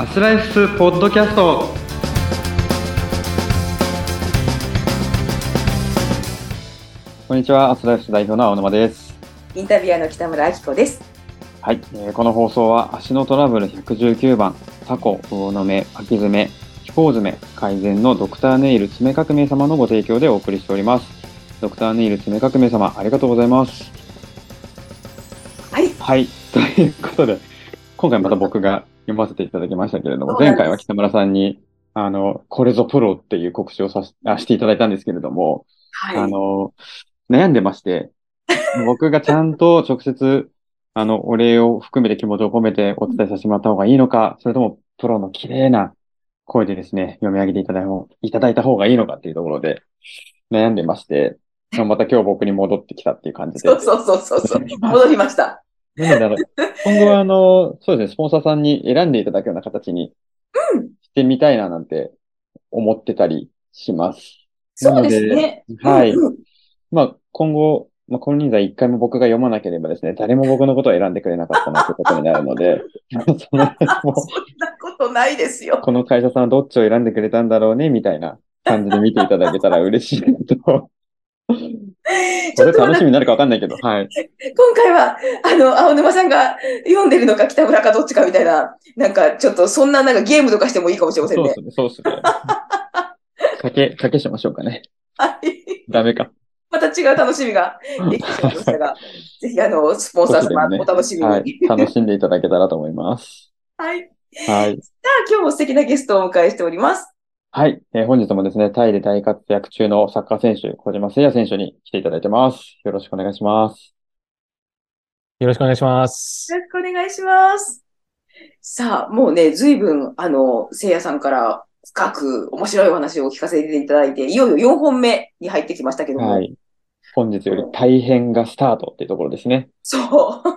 アスライフポッドキャスト。こんにちは、アスライフ代表の青沼です。 インタビュアーの北村明子です。 はい、この放送は足のトラブル119番、タコ、魚の目、巻き爪、気泡爪改善のドクターネイル爪革命様のご提供でお送りしております。ドクターネイル爪革命様、ありがとうございます。 はい、 はい、ということで今回また僕が読ませていただきましたけれども、前回は北村さんにこれぞプロっていう告知をしていただいたんですけれども、 はい、 悩んでまして、僕がちゃんと直接お礼を含めて気持ちを込めてお伝えさせてもらった方がいいのか、それともプロの綺麗な声でですね、読み上げていただいた方がいいのかっていうところで悩んでまして、また今日僕に戻ってきたっていう感じで。 そう、戻りました。 なので、今後はそうですね、スポンサーさんに選んでいただくような形にしてみたいななんて思ってたりします。 そうですね。 はい。今後、金輪際一回も僕が読まなければですね、誰も僕のことを選んでくれなかったなということになるので、その辺も、 そんなことないですよ。 この会社さんはどっちを選んでくれたんだろうね、みたいな感じで見ていただけたら嬉しいなと。これ楽しみになるか分かんないけど、はい。 今回は、青沼さんが読んでるのか北村かどっちかみたいな、ちょっとそんなゲームとかしてもいいかもしれませんね。 そうですね。賭けしましょうかね。 はい。 ダメか。 また違う楽しみができてしまいましたが、ぜひスポンサー様、お楽しみに。 はい。楽しんでいただけたらと思います。 はい。 はい。 さあ、今日も素敵なゲストをお迎えしております。 はい。本日もですね、タイで大活躍中のサッカー選手、小島誠也選手に来ていただいてます。よろしくお願いします。 よろしくお願いします。 よろしくお願いします。さあ、もうね、随分、せいやさんから深く面白いお話を聞かせていただいて、いよいよ4本目に入ってきましたけども。 はい。本日より大変がスタートっていうところですね。 そう。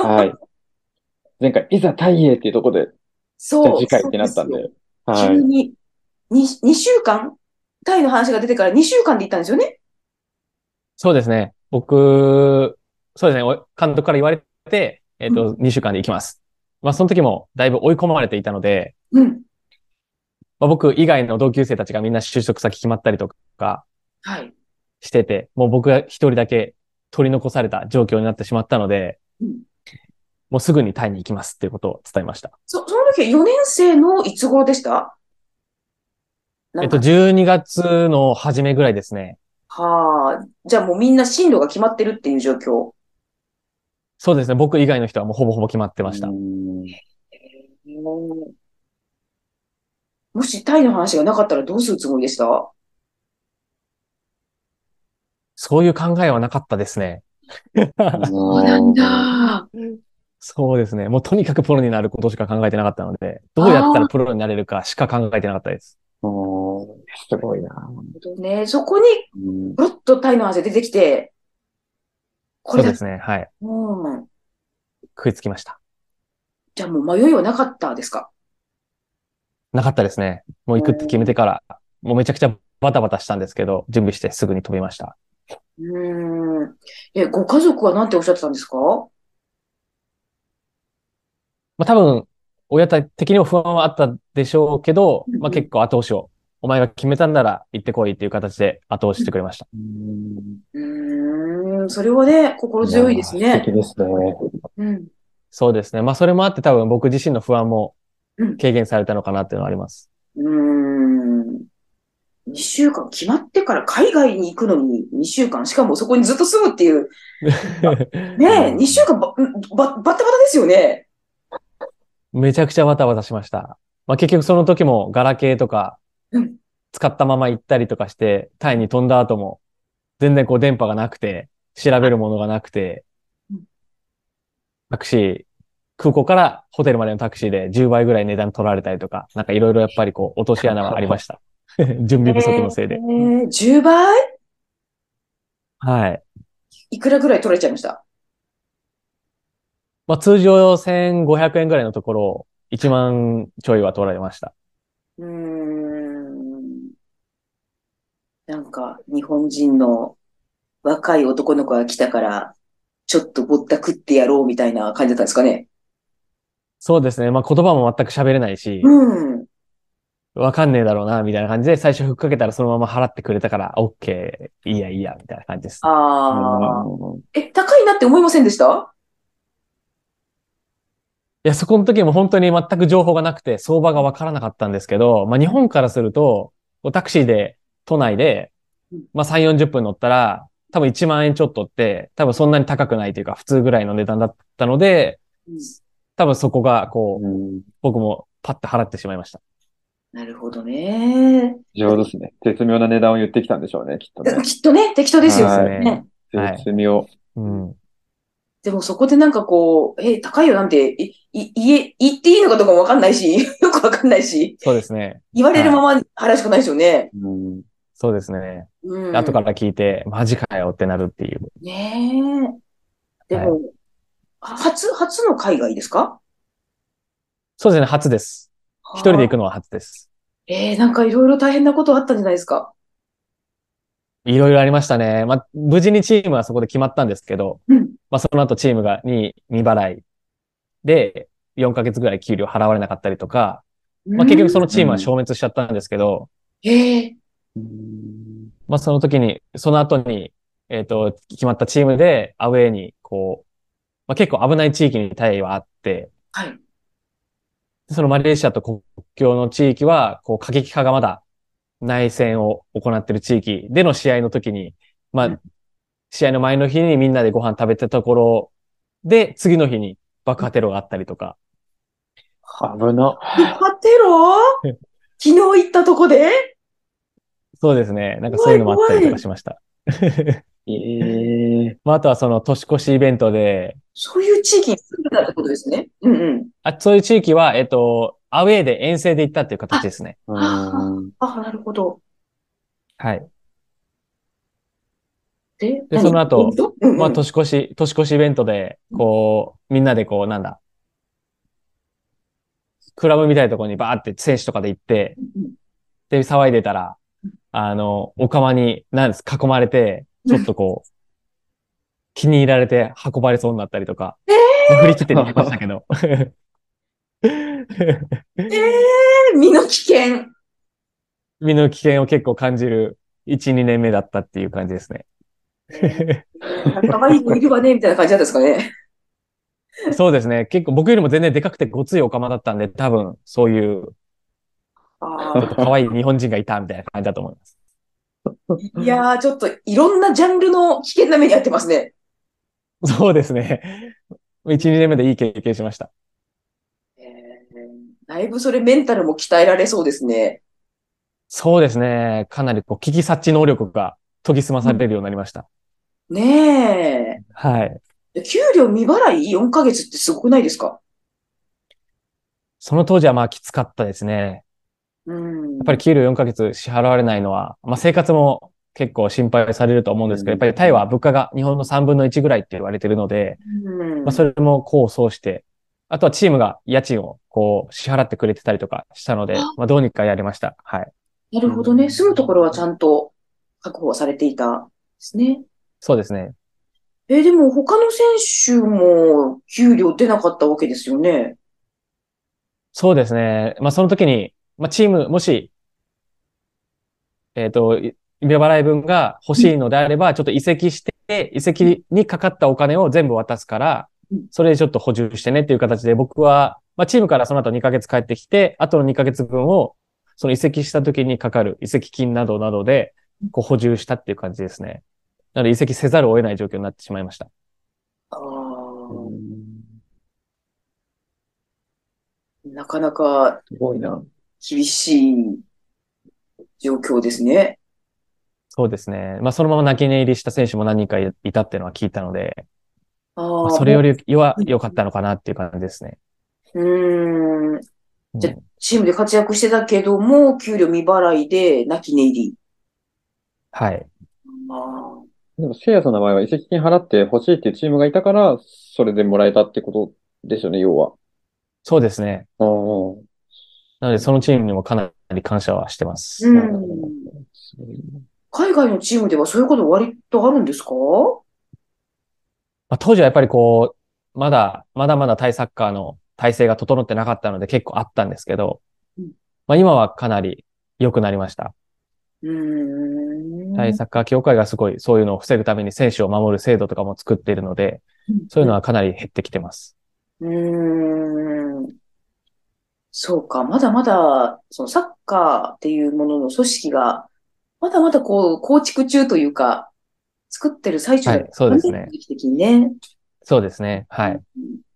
はい。前回、いざタイへっていうところで、 そう。 じゃあ次回ってなったんで。はい。 急に2週間タイの話が出てから2週間で行ったんですよね。 そうですね。僕、そうですね。監督から言われて、2週間で行きます。その時もだいぶ追い込まれていたので、僕以外の同級生たちがみんな就職先決まったりとか、してて、もう僕が一人だけ取り残された状況になってしまったので、もうすぐにタイに行きますっていうことを伝えました。 その時4年生のいつ頃でした？ 12月の初めぐらいですね。 はあ。じゃあもうみんな進路が決まってるっていう状況。 そうですね。僕以外の人はもうほぼほぼ決まってました。 もしタイの話がなかったらどうするつもりでした？ そういう考えはなかったですね。 そうなんだ。 そうですね。もうとにかくプロになることしか考えてなかったので、どうやったらプロになれるかしか考えてなかったです。 すごいな。 なるほどね。そこに、ポロッとタイの話が出てきて、 そうですね。はい。食いつきました。 じゃあもう迷いはなかったですか？ なかったですね。もう行くって決めてから、もうめちゃくちゃバタバタしたんですけど、準備してすぐに飛びました。 ご家族は何ておっしゃってたんですか？ 多分、親的にも不安はあったでしょうけど、結構後押しを、お前が決めたんなら行ってこいっていう形で後押ししてくれました。 それはね、心強いですね。 素敵ですね。 そうですね。それもあって多分僕自身の不安も軽減されたのかなっていうのはあります。 2週間、決まってから海外に行くのに2週間、しかもそこにずっと住むっていう。ねえ、2週間バタバタですよね。 めちゃくちゃバタバタしました。結局その時もガラケーとか使ったまま行ったりとかして、タイに飛んだ後も全然電波がなくて、調べるものがなくて、空港からホテルまでのタクシーで10倍ぐらい値段取られたりとか、いろいろやっぱり落とし穴はありました。準備不足のせいで。 10倍？ はい。 いくらぐらい取られちゃいました？ 通常1500円ぐらいのところを1万ちょいは取られました。 日本人の若い男の子が来たから、ちょっとぼったくってやろうみたいな感じだったんですかね。 そうですね。まあ言葉も全く喋れないし、 うん。 わかんねえだろうな、みたいな感じで、最初ふっかけたらそのまま払ってくれたから、オッケー、いいやいいや、みたいな感じですね。 ああ。 うん高いなって思いませんでした？ いや、そこの時も本当に全く情報がなくて、相場がわからなかったんですけど、まあ日本からすると、タクシーで、都内で、まあ3、40分乗ったら、多分1万円ちょっとって、多分そんなに高くないというか、普通ぐらいの値段だったので、 うん。 多分そこが、僕もパッと払ってしまいました。 なるほどね。 上手ですね。絶妙な値段を言ってきたんでしょうね、きっとね。 きっとね、適当ですよ。 ですはい。 ね。 ね。 はい。 絶妙。 うん。 でもそこでなんかこう、高いよなんて、言っていいのかどうかもわかんないし、よくわかんないし、 そうですね。 言われるはい。 まま払うしかないですよね。 うん。 そうですね。 うん。 後から聞いて、マジかよってなるっていう。 ねえ。ではい。 も、初の海外ですか？ そうですね。初です。一人で行くはあ。 のは初です。 なんかいろいろ大変なことあったんじゃないですか？ いろいろありましたね。まあ、無事にチームはそこで決まったんですけど、 うん。 まあ、その後チームが未払いで、4ヶ月ぐらい給料払われなかったりとか、まあ、結局そのうん。 チームは消滅しちゃったんですけど、 ええ。 うん。 まあ、その時に、その後に、決まったチームで、アウェーに、まあ、結構危ない地域にタイはあって、 はい。 そのマレーシアと国境の地域は、過激派がまだ内戦を行っている地域での試合の時に、まあ、試合の前の日にみんなでご飯食べたところで、次の日に爆破テロがあったりとか。 危な。 パテロ昨日行ったとこで？ そうですね。なんかそう怖いいうのもあったりとか怖い。 しました。 ええまあ、あとはその年越しイベントで、 そういう地域に住んでたってことですね。うんうん。 そういう地域は、アウェーで遠征で行ったっていう形あ、 ですね。 なるほど。 はい。 で、 で、その後、まあ、 うんうん。 年越しイベントで、みんなでなんだ、クラブみたいなところにバーって選手とかで行って、 うんで、騒いでたら、お釜に、囲まれて、ちょっうん。 と気に入られて運ばれそうになったりとか、 えまあ、振り切って逃げましたけど。 身の危険。 身の危険を結構感じる1、2年目だったっていう感じですね。 可愛い子いるわね、みたいな感じだったんですかね。 そうですね。結構僕よりも全然でかくてごついオカマだったんで、多分そういう、ちょっと可愛い日本人がいたみたいな感じだと思います。 いやー、ちょっといろんなジャンルの危険な目に遭ってますね。 そうですね。1、2年目でいい経験しました。 だいぶそれメンタルも鍛えられそうですね。 そうですね。かなり危機察知能力が研ぎ澄まうん。 されるようになりました。 ねはい。 え。給料未払い4ヶ月ってすごくないですか？ その当時はまあきつかったですね。 うん。 やっぱり給料4ヶ月支払われないのは、まあ生活も結構心配されると思うんですけど、やっぱりタイは物価が日本の3分の1ぐらいって言われてるので、 うまあん。 それも功を奏して、あとはチームが家賃を支払ってくれてたりとかしたので、まあどうにかやりました。はい。 なるほどね。住むところはちゃんと確保されていたんですね。 そうですね。 でも他の選手も給料出なかったわけですよね。 そうですね。まあその時に、まあチーム、もし、未払い分が欲うん。 しいのであれば、ちょっと移籍して、移籍にかかったお金を全部渡すから、 うん。 それでちょっと補充してねっていう形で、僕は、まあ、チームからその後2ヶ月帰ってきて、あとの2ヶ月分を、その移籍した時にかかる移籍金などなどで、補充したっていう感じですね。なので移籍せざるを得ない状況になってしまいました。 ああ、なかなかすごいな。 厳しい状況ですね。 そうですね。まあ、そのまま泣き寝入りした選手も何人かいたっていうのは聞いたので、まあ、 ああ、 それよりはう良かったのかなっていう感じですね。 ーん。じゃあ、 うん。 チームで活躍してたけども、給料未払いで泣き寝入り。 はい。 ああ、 でも、せいやさんの場合は移籍金払って欲しいっていうチームがいたから、それでもらえたってことですよね、要は。 そうですね。 ああ、 なので、そのチームにもかなり感謝はしてまうす。 ん。 すごいな。 海外のチームではそういうこと割とあるんですか？ まあ、当時はやっぱりまだまだタイサッカーの体制が整ってなかったので結構あったんですけど、 うんまあ今はかなり良くなりました。タイサッカー協会がすごいそういうのを防ぐために選手を守る制度とかも作っているので、そういうのはかなり減ってきてます。 そうか、まだまだ、そのサッカーっていうものの組織が、まだまだこう、構築中というか、作ってる最中だはい、そうですね。 時期的にね。 そうですね。はい。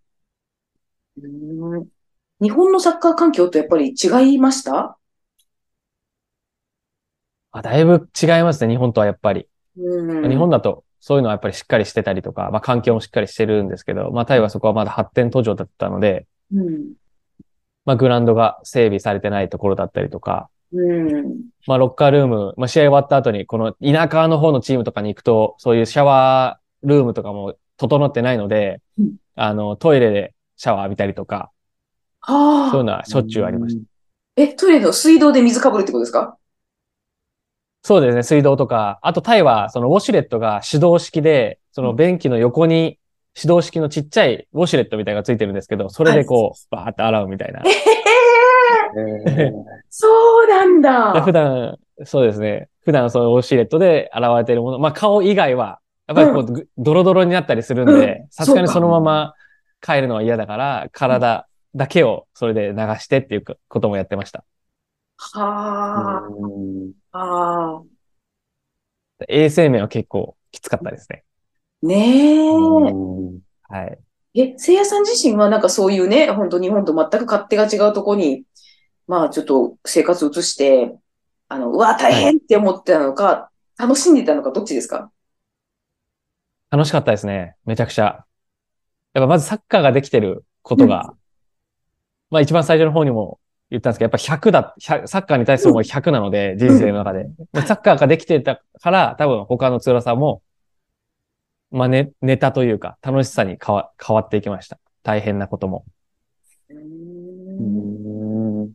日本のサッカー環境とやっぱり違いました？ だいぶ違いますね、日本とはやっぱり。日本だ。 だとそういうのはやっぱりしっかりしてたりとか、まあ環境もしっかりしてるんですけど、まあタイはそこはまだ発展途上だったので、まあグラウンドが整備されてないところだったりとか、まあロッカールーム、まあ試合終わった後にこの田舎の方のチームとかに行くと、そういうシャワールームとかも整ってないので、トイレでシャワー浴びたりとか、そういうのはしょっちゅうありました。 トイレの水道で水かぶるってことですか？ そうですね、水道とか。あとタイはそのウォシュレットが手動式で、その便器の横に手動式のちっちゃいウォシュレットみたいなのがついてるんですけど、それでこう、バーって洗うみたいな。 そうなんだ。 普段、そうですね。普段そのウォシュレットで洗われているもの、まあ顔以外は、やっぱりこう、ドロドロになったりするんで、さすがにそのまま帰るのは嫌だから、体だけをそれで流してっていうこともやってました。 はあ。 衛生面は結構きつかったですね。 ねえ。 はい。 せいやさん自身はなんかそういうね、本当日本と全く勝手が違うところに、まあちょっと生活を移して、うわ、大変って思ってたのか、楽しんでたのか、どっちですか？ 楽しかったですね。めちゃくちゃ。やっぱまずサッカーができてることが、まあ一番最初の方にも言ったんですけど、やっぱ100サッカーに対する思い100なので、人生の中で。サッカーができてたから、多分他の辛さも、まあネタというか、楽しさに変わっていきました。大変なことも。 やっ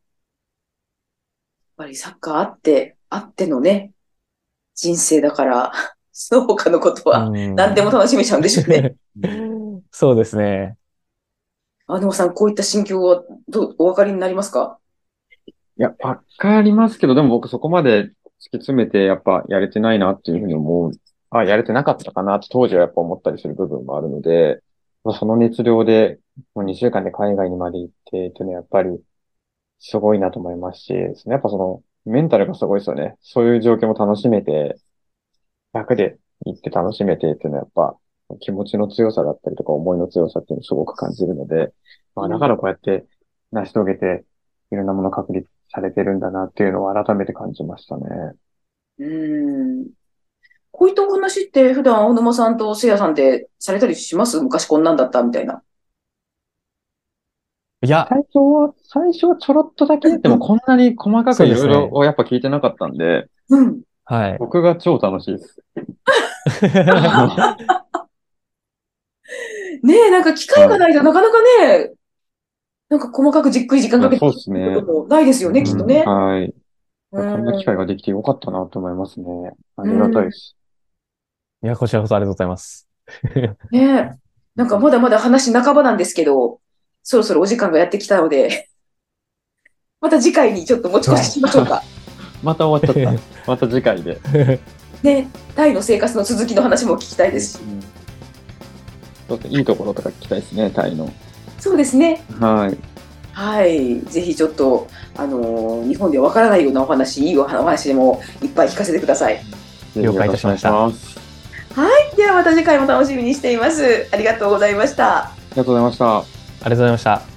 ぱりサッカーあってのね、人生だから、その他のことは何でも楽しめちゃうんでしょうね。 そうですね。 野間さん、こういった心境はお分かりになりますか？ いや、わかりますけど、でも僕そこまで突き詰めてやっぱやれてないなっていうふうに思う。やれてなかったかなって当時はやっぱ思ったりする部分もあるので、その熱量でもう2週間で海外にまで行ってっていうのはやっぱりすごいなと思いますし、やっぱそのメンタルがすごいですよね。そういう状況も楽しめて、楽で行って楽しめてっていうのはやっぱ気持ちの強さだったりとか思いの強さっていうのをすごく感じるので、だからこうやって成し遂げていろんなもの確立されてるんだなっていうのを改めて感じましたね。 こういったお話って普段青沼さんとせいやさんでされたりします？昔こんなんだったみたいな。 いや。 最初はちょろっとだけ、でもこんなに細かくいろいろをやっぱ聞いてなかったんで、 はい。 僕が超楽しいです。 ねえ、なんか機会がないとなかなかね、なんか細かくじっくり時間かけて聞くこともないですよね、きっとね。 はい。こんな機会ができてよかったなと思いますね。ありがたいです。 いや、こちらこそありがとうございます。 ねえ。なんかまだまだ話半ばなんですけど、そろそろお時間がやってきたので、また次回にちょっと持ち越ししましょうか。 また終わっちゃった。また次回で。 ね、タイの生活の続きの話も聞きたいですし。 ちょっといいところとか聞きたいですね、タイの。 そうですね。 はい。 はい。ぜひちょっと、日本ではわからないようなお話、いいお話でもいっぱい聞かせてください。 了解いたしました。 はい。ではまた次回も楽しみにしています。ありがとうございました。 ありがとうございました。 ありがとうございました。